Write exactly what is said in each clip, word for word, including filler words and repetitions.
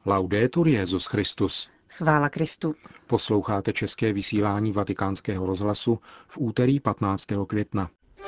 Laudetur Jesus Christus. Chvála Kristu. Posloucháte české vysílání Vatikánského rozhlasu v úterý patnáctého května.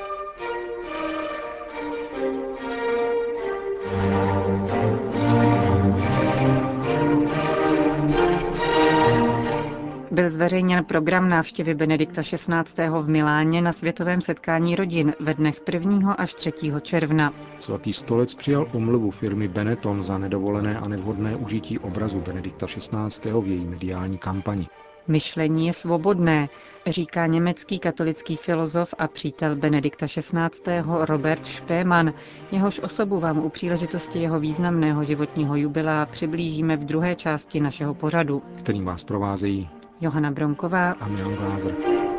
Byl zveřejněn program návštěvy Benedikta šestnáctého. v Miláně na světovém setkání rodin ve dnech prvního až třetího června. Svatý stolec přijal omluvu firmy Benetton za nedovolené a nevhodné užití obrazu Benedikta šestnáctého. v její mediální kampani. Myšlení je svobodné, říká německý katolický filozof a přítel Benedikta šestnáctého. Robert Špéman. Jehož osobu vám u příležitosti jeho významného životního jubilea přiblížíme v druhé části našeho pořadu, kterým vás provázejí Johana Bronková a Milan Glázer.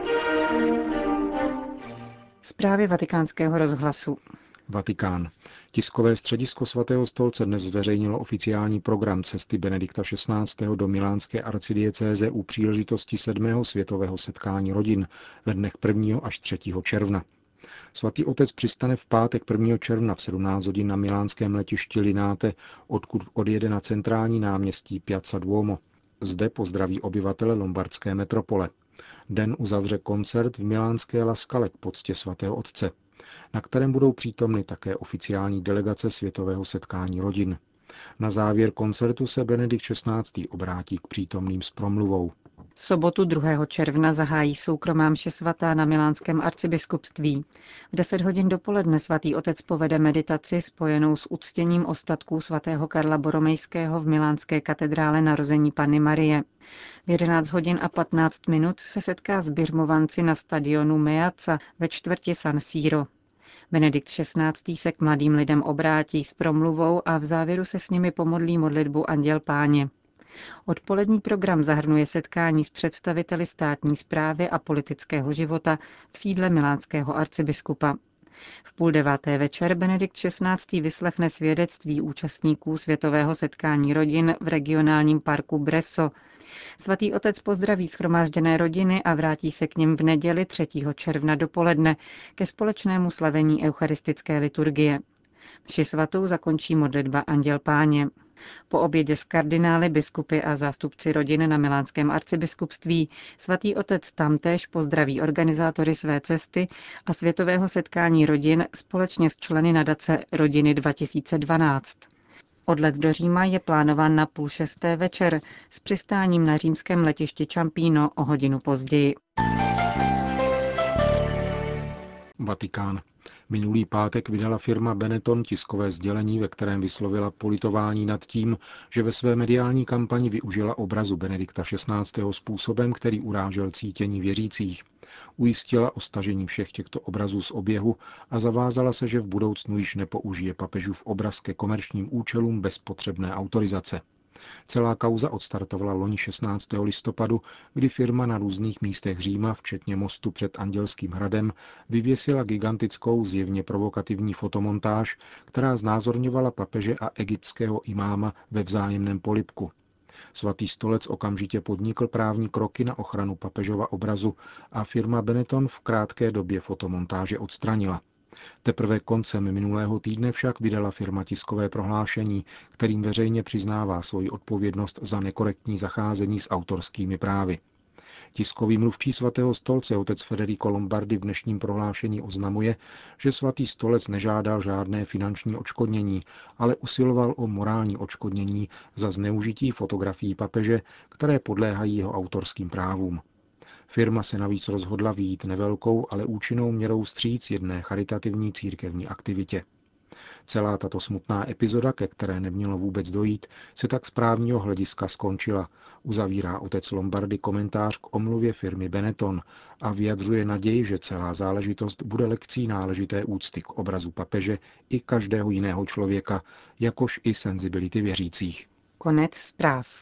Zprávy Vatikánského rozhlasu. Vatikán. Tiskové středisko svatého stolce dnes zveřejnilo oficiální program cesty Benedikta šestnáctého. do milánské arcidiecéze u příležitosti sedmého světového setkání rodin ve dnech prvního až třetího června. Svatý otec přistane v pátek prvního června v sedmnáct hodin na milánském letišti Linate, odkud odjede na centrální náměstí Piazza Duomo. Zde pozdraví obyvatele lombardské metropole. Den uzavře koncert v milánské La Scale k poctě svatého otce, na kterém budou přítomny také oficiální delegace světového setkání rodin. Na závěr koncertu se Benedikt šestnáctý. obrátí k přítomným s promluvou. V sobotu druhého června zahájí soukromá mše svatá na milánském arcibiskupství. V deset hodin dopoledne svatý otec povede meditaci spojenou s uctěním ostatků svatého Karla Boromejského v milánské katedrále Narození Panny Marie. V jedenáct hodin a patnáct minut se setká s biřmovanci na stadionu Meazza ve čtvrti San Siro. Benedikt šestnáctý. se k mladým lidem obrátí s promluvou a v závěru se s nimi pomodlí modlitbu Anděl Páně. Odpolední program zahrnuje setkání s představiteli státní správy a politického života v sídle milánského arcibiskupa. V půl deváté večer Benedikt šestnáctý. vyslechne svědectví účastníků světového setkání rodin v regionálním parku Bresso. Svatý otec pozdraví shromážděné rodiny a vrátí se k nim v neděli třetího června dopoledne ke společnému slavení eucharistické liturgie. Mši svatou zakončí modlitba Anděl Páně. Po obědě s kardinály, biskupy a zástupci rodin na milánském arcibiskupství svatý otec tamtéž pozdraví organizátory své cesty a světového setkání rodin společně s členy nadace Rodiny dva tisíce dvanáct. Odlet do Říma je plánován na půl šesté večer s přistáním na římském letišti Ciampino o hodinu později. Vatikán. Minulý pátek vydala firma Benetton tiskové sdělení, ve kterém vyslovila politování nad tím, že ve své mediální kampani využila obrazu Benedikta šestnáctého. způsobem, který urážel cítění věřících. Ujistila o stažení všech těchto obrazů z oběhu a zavázala se, že v budoucnu již nepoužije papežův obraz ke komerčním účelům bez potřebné autorizace. Celá kauza odstartovala loni šestnáctého listopadu, kdy firma na různých místech Říma, včetně mostu před Andělským hradem, vyvěsila gigantickou, zjevně provokativní fotomontáž, která znázorňovala papeže a egyptského imáma ve vzájemném polibku. Svatý stolec okamžitě podnikl právní kroky na ochranu papežova obrazu a firma Benetton v krátké době fotomontáže odstranila. Teprve koncem minulého týdne však vydala firma tiskové prohlášení, kterým veřejně přiznává svoji odpovědnost za nekorektní zacházení s autorskými právy. Tiskový mluvčí svatého stolce otec Federico Lombardi v dnešním prohlášení oznamuje, že svatý stolec nežádal žádné finanční odškodnění, ale usiloval o morální odškodnění za zneužití fotografií papeže, které podléhají jeho autorským právům. Firma se navíc rozhodla vyjít nevelkou, ale účinnou měrou vstříc jedné charitativní církevní aktivitě. Celá tato smutná epizoda, ke které nemělo vůbec dojít, se tak z právního hlediska skončila, uzavírá otec Lombardi komentář k omluvě firmy Benetton a vyjadřuje naději, že celá záležitost bude lekcí náležité úcty k obrazu papeže i každého jiného člověka, jakož i senzibility věřících. Konec zpráv.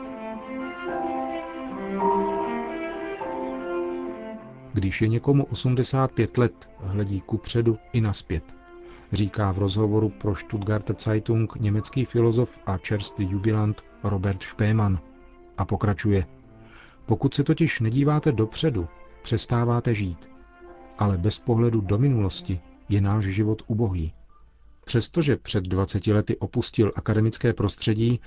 Když je někomu osmdesát pět let, hledí kupředu i nazpět, říká v rozhovoru pro Stuttgarter Zeitung německý filozof a čerstvý jubilant Robert Špéman. A pokračuje. Pokud se totiž nedíváte dopředu, přestáváte žít. Ale bez pohledu do minulosti je náš život ubohý. Přestože před dvaceti lety opustil akademické prostředí,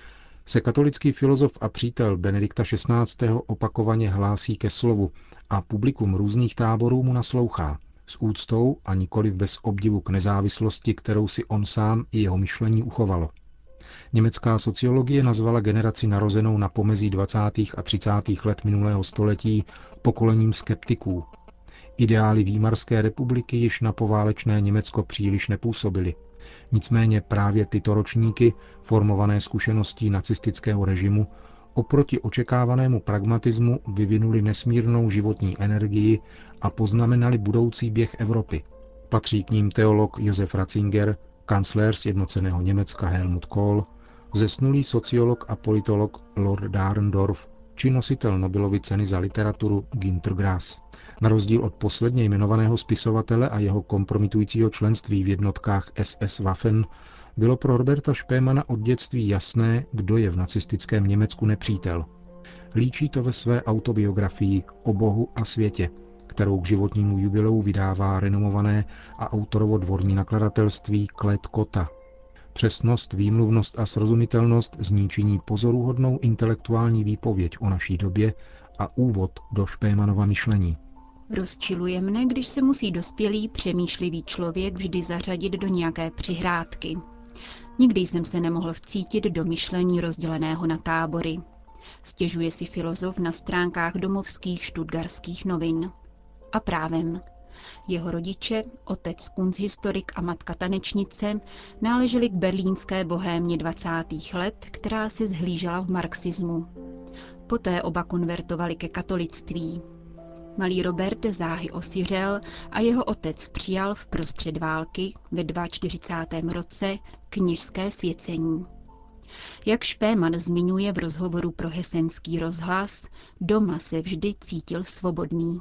se katolický filozof a přítel Benedikta šestnáctého. opakovaně hlásí ke slovu a publikum různých táborů mu naslouchá. S úctou a nikoliv bez obdivu k nezávislosti, kterou si on sám i jeho myšlení uchovalo. Německá sociologie nazvala generaci narozenou na pomezí dvacátých a třicátých let minulého století pokolením skeptiků. Ideály Výmarské republiky již na poválečné Německo příliš nepůsobily. Nicméně právě tyto ročníky, formované zkušeností nacistického režimu, oproti očekávanému pragmatismu vyvinuli nesmírnou životní energii a poznamenali budoucí běh Evropy. Patří k ním teolog Josef Ratzinger, kancléř sjednoceného Německa Helmut Kohl, zesnulý sociolog a politolog Lord Dahrendorf či nositel Nobelovy ceny za literaturu Günter Grass. Na rozdíl od posledně jmenovaného spisovatele a jeho kompromitujícího členství v jednotkách S S Waffen bylo pro Roberta Špémana od dětství jasné, kdo je v nacistickém Německu nepřítel. Líčí to ve své autobiografii O Bohu a světě, kterou k životnímu jubileu vydává renomované a autorovo dvorní nakladatelství Klet Kota. Přesnost, výmluvnost a srozumitelnost zní činí pozoruhodnou intelektuální výpověď o naší době a úvod do Špémanova myšlení. Rozčiluje mne, když se musí dospělý, přemýšlivý člověk vždy zařadit do nějaké přihrádky. Nikdy jsem se nemohl vcítit do myšlení rozděleného na tábory. Stěžuje si filozof na stránkách domovských štutgarských novin. A právem. Jeho rodiče, otec kunsthistorik a matka tanečnice, náleželi k berlínské bohémě dvacátých let, která se zhlížela v marxismu. Poté oba konvertovali ke katolictví. Malý Robert záhy osiřel a jeho otec přijal v prostřed války ve čtyřicátém druhém roce kněžské svěcení. Jak Špéman zmiňuje v rozhovoru pro Hesenský rozhlas, doma se vždy cítil svobodný.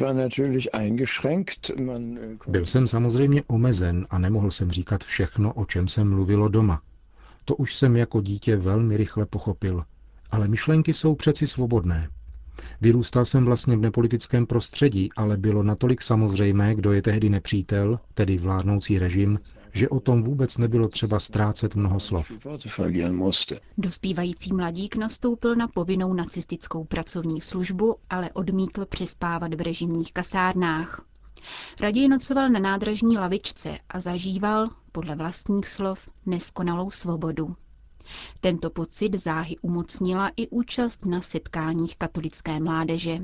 Byl jsem samozřejmě omezen a nemohl jsem říkat všechno, o čem se mluvilo doma. To už jsem jako dítě velmi rychle pochopil, ale myšlenky jsou přeci svobodné. Vyrůstal jsem vlastně v nepolitickém prostředí, ale bylo natolik samozřejmé, kdo je tehdy nepřítel, tedy vládnoucí režim, že o tom vůbec nebylo třeba ztrácet mnoho slov. Dospívající mladík nastoupil na povinnou nacistickou pracovní službu, ale odmítl přespávat v režimních kasárnách. Raději nocoval na nádražní lavičce a zažíval, podle vlastních slov, neskonalou svobodu. Tento pocit záhy umocnila i účast na setkáních katolické mládeže.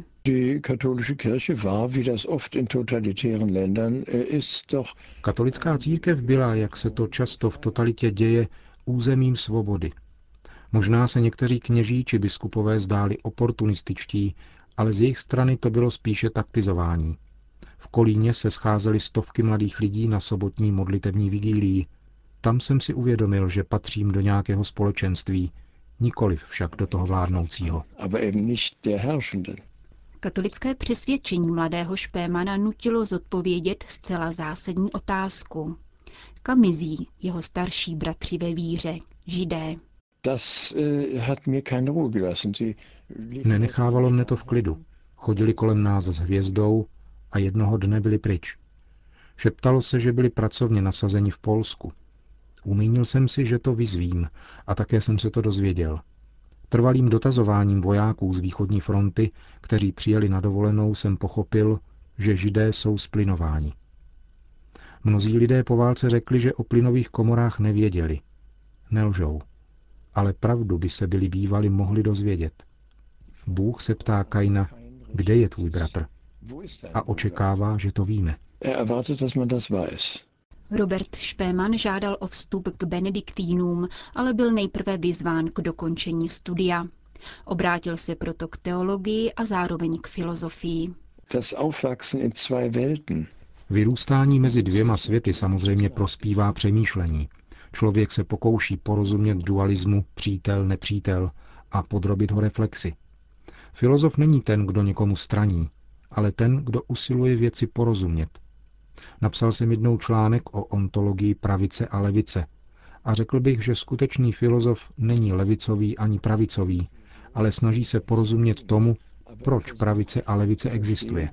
Katolická církev byla, jak se to často v totalitě děje, územím svobody. Možná se někteří kněží či biskupové zdáli oportunističtí, ale z jejich strany to bylo spíše taktizování. V Kolíně se scházely stovky mladých lidí na sobotní modlitební vigílii. Tam jsem si uvědomil, že patřím do nějakého společenství, nikoliv však do toho vládnoucího. Katolické přesvědčení mladého Špémana nutilo zodpovědět zcela zásadní otázku. Kam mizí jeho starší bratři ve víře, Židé? Nenechávalo mne to v klidu. Chodili kolem nás s hvězdou a jednoho dne byli pryč. Šeptalo se, že byli pracovně nasazeni v Polsku. Umínil jsem si, že to vyzvím, a také jsem se to dozvěděl. Trvalým dotazováním vojáků z východní fronty, kteří přijeli na dovolenou, jsem pochopil, že Židé jsou splinováni. Mnozí lidé po válce řekli, že o plynových komorách nevěděli. Nelžou. Ale pravdu by se byli bývali mohli dozvědět. Bůh se ptá Kaina, kde je tvůj bratr? A očekává, že to víme. Robert Špéman žádal o vstup k benediktínům, ale byl nejprve vyzván k dokončení studia. Obrátil se proto k teologii a zároveň k filozofii. Vyrůstání mezi dvěma světy samozřejmě prospívá přemýšlení. Člověk se pokouší porozumět dualismu přítel-nepřítel a podrobit ho reflexi. Filozof není ten, kdo někomu straní, ale ten, kdo usiluje věci porozumět. Napsal jsem jednou článek o ontologii pravice a levice a řekl bych, že skutečný filozof není levicový ani pravicový, ale snaží se porozumět tomu, proč pravice a levice existuje.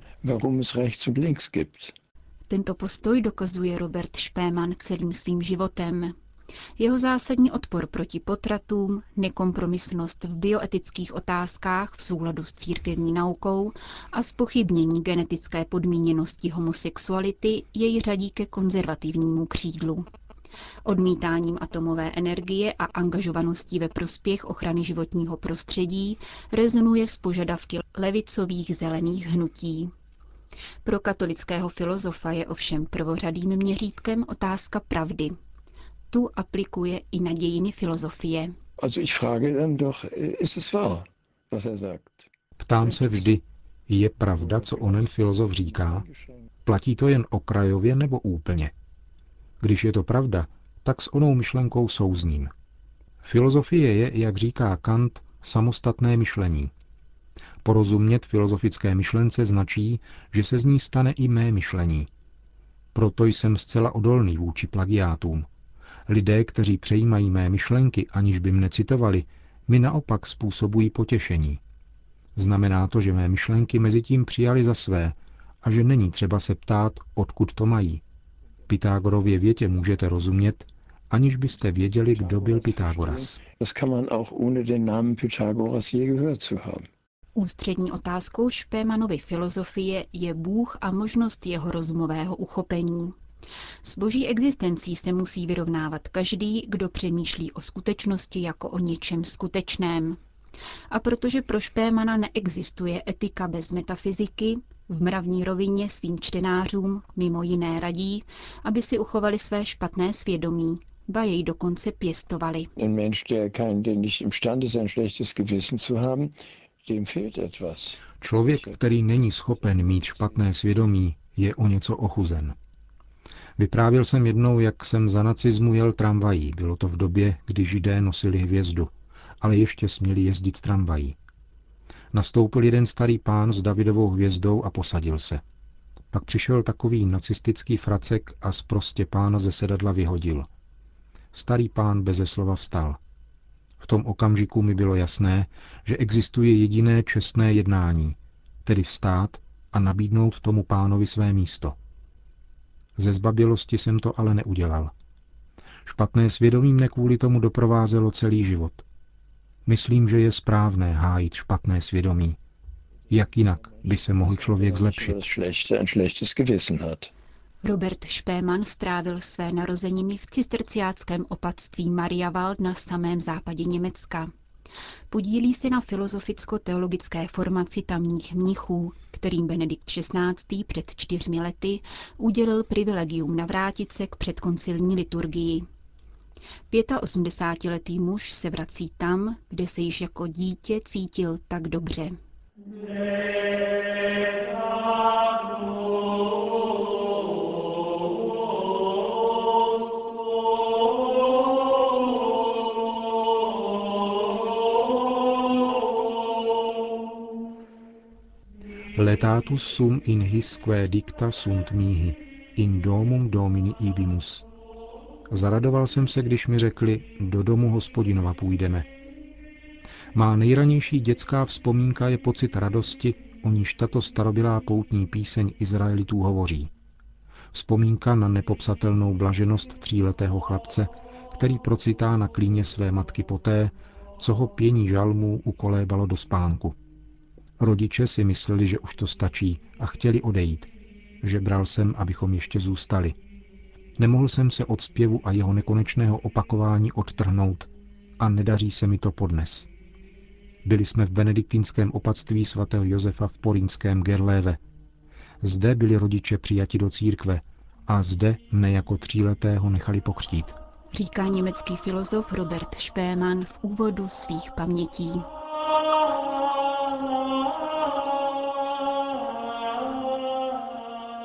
Tento postoj dokazuje Robert Špéman celým svým životem. Jeho zásadní odpor proti potratům, nekompromisnost v bioetických otázkách v souladu s církevní naukou a zpochybnění genetické podmíněnosti homosexuality jej řadí ke konzervativnímu křídlu. Odmítáním atomové energie a angažovaností ve prospěch ochrany životního prostředí rezonuje s požadavky levicových zelených hnutí. Pro katolického filozofa je ovšem prvořadým měřítkem otázka pravdy. Tu aplikuje i na dějiny filozofie. Ptám se vždy, je pravda, co onen filozof říká? Platí to jen okrajově nebo úplně? Když je to pravda, tak s onou myšlenkou souzním. Filozofie je, jak říká Kant, samostatné myšlení. Porozumět filozofické myšlence značí, že se z ní stane i mé myšlení. Proto jsem zcela odolný vůči plagiátům. Lidé, kteří přejímají mé myšlenky, aniž by mne citovali, mi naopak způsobují potěšení. Znamená to, že mé myšlenky mezitím přijali za své a že není třeba se ptát, odkud to mají. Pythagorově větě můžete rozumět, aniž byste věděli, kdo byl Pythagoras. Ústřední otázkou Špémanovy filozofie je Bůh a možnost jeho rozumového uchopení. S boží existencí se musí vyrovnávat každý, kdo přemýšlí o skutečnosti jako o něčem skutečném. A protože pro Špémana neexistuje etika bez metafyziky, v mravní rovině svým čtenářům mimo jiné radí, aby si uchovali své špatné svědomí, ba jej dokonce pěstovali. Člověk, který není schopen mít špatné svědomí, je o něco ochuzen. Vyprávěl jsem jednou, jak jsem za nacismu jel tramvají. Bylo to v době, kdy Židé nosili hvězdu, ale ještě směli jezdit tramvají. Nastoupil jeden starý pán s Davidovou hvězdou a posadil se. Pak přišel takový nacistický fracek a sprostě pána ze sedadla vyhodil. Starý pán beze slova vstal. V tom okamžiku mi bylo jasné, že existuje jediné čestné jednání, tedy vstát a nabídnout tomu pánovi své místo. Ze zbabělosti jsem to ale neudělal. Špatné svědomí mne kvůli tomu doprovázelo celý život. Myslím, že je správné hájit špatné svědomí. Jak jinak by se mohl člověk zlepšit? Robert Špéman strávil své narozeniny v cisterciáckém opatství Mariawald na samém západě Německa. Podílí se na filozoficko-teologické formaci tamních mnichů, kterým Benedikt šestnáctý před čtyřmi lety udělil privilegium navrátit se k předkoncilní liturgii. osmdesátiletý muž se vrací tam, kde se již jako dítě cítil tak dobře. Letatus sum in hisque dicta sunt mihi, in domum Domini ibimus. Zaradoval jsem se, když mi řekli, do domu Hospodinova půjdeme. Má nejranější dětská vzpomínka je pocit radosti, o níž tato starobylá poutní píseň Izraelitů hovoří. Vzpomínka na nepopsatelnou blaženost tříletého chlapce, který procitá na klíně své matky poté, co ho pění žalmů ukolébalo do spánku. Rodiče si mysleli, že už to stačí a chtěli odejít. Žebral jsem, abychom ještě zůstali. Nemohl jsem se od zpěvu a jeho nekonečného opakování odtrhnout a nedaří se mi to podnes. Byli jsme v benediktinském opatství svatého Josefa v porýnském Gerléve. Zde byli rodiče přijati do církve a zde mne jako tříletého nechali pokřtít. Říká německý filozof Robert Špéman v úvodu svých pamětí.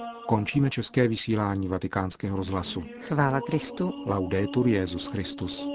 Končíme české vysílání Vatikánského rozhlasu. Chvála Kristu. Laudetur Jesus Christus.